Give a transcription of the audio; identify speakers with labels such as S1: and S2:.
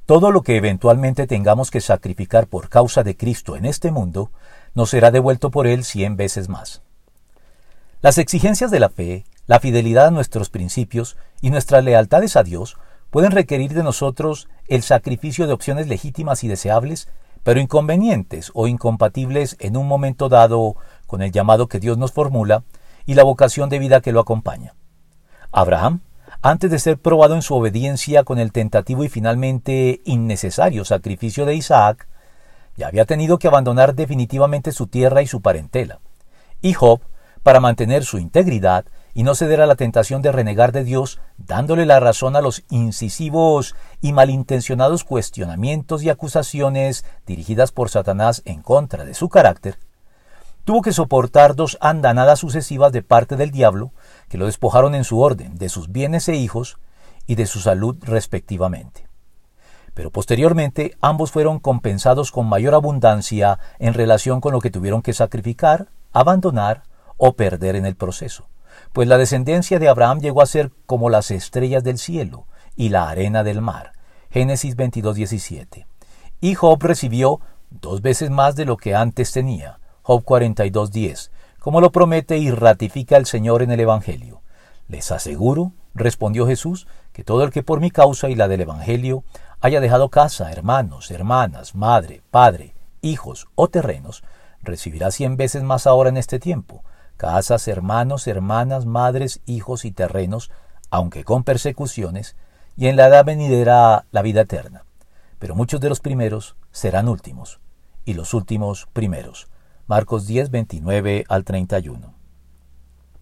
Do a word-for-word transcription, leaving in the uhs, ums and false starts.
S1: Todo lo que eventualmente tengamos que sacrificar por causa de Cristo en este mundo, nos será devuelto por Él cien veces más. Las exigencias de la fe, la fidelidad a nuestros principios y nuestras lealtades a Dios pueden requerir de nosotros el sacrificio de opciones legítimas y deseables, pero inconvenientes o incompatibles en un momento dado con el llamado que Dios nos formula y la vocación de vida que lo acompaña. Abraham, antes de ser probado en su obediencia con el tentativo y finalmente innecesario sacrificio de Isaac, ya había tenido que abandonar definitivamente su tierra y su parentela. Y Job, para mantener su integridad y no ceder a la tentación de renegar de Dios, dándole la razón a los incisivos y malintencionados cuestionamientos y acusaciones dirigidas por Satanás en contra de su carácter, tuvo que soportar dos andanadas sucesivas de parte del diablo que lo despojaron en su orden de sus bienes e hijos y de su salud respectivamente. Pero posteriormente ambos fueron compensados con mayor abundancia en relación con lo que tuvieron que sacrificar, abandonar o perder en el proceso, pues la descendencia de Abraham llegó a ser como las estrellas del cielo y la arena del mar. Génesis veintidós diecisiete. Y Job recibió dos veces más de lo que antes tenía. Job cuarenta y dos diez, como lo promete y ratifica el Señor en el Evangelio. Les aseguro, respondió Jesús, que todo el que por mi causa y la del Evangelio haya dejado casa, hermanos, hermanas, madre, padre, hijos o terrenos, recibirá cien veces más ahora en este tiempo, casas, hermanos, hermanas, madres, hijos y terrenos, aunque con persecuciones, y en la edad venidera la vida eterna. Pero muchos de los primeros serán últimos, y los últimos primeros. Marcos diez, veintinueve al treinta y uno.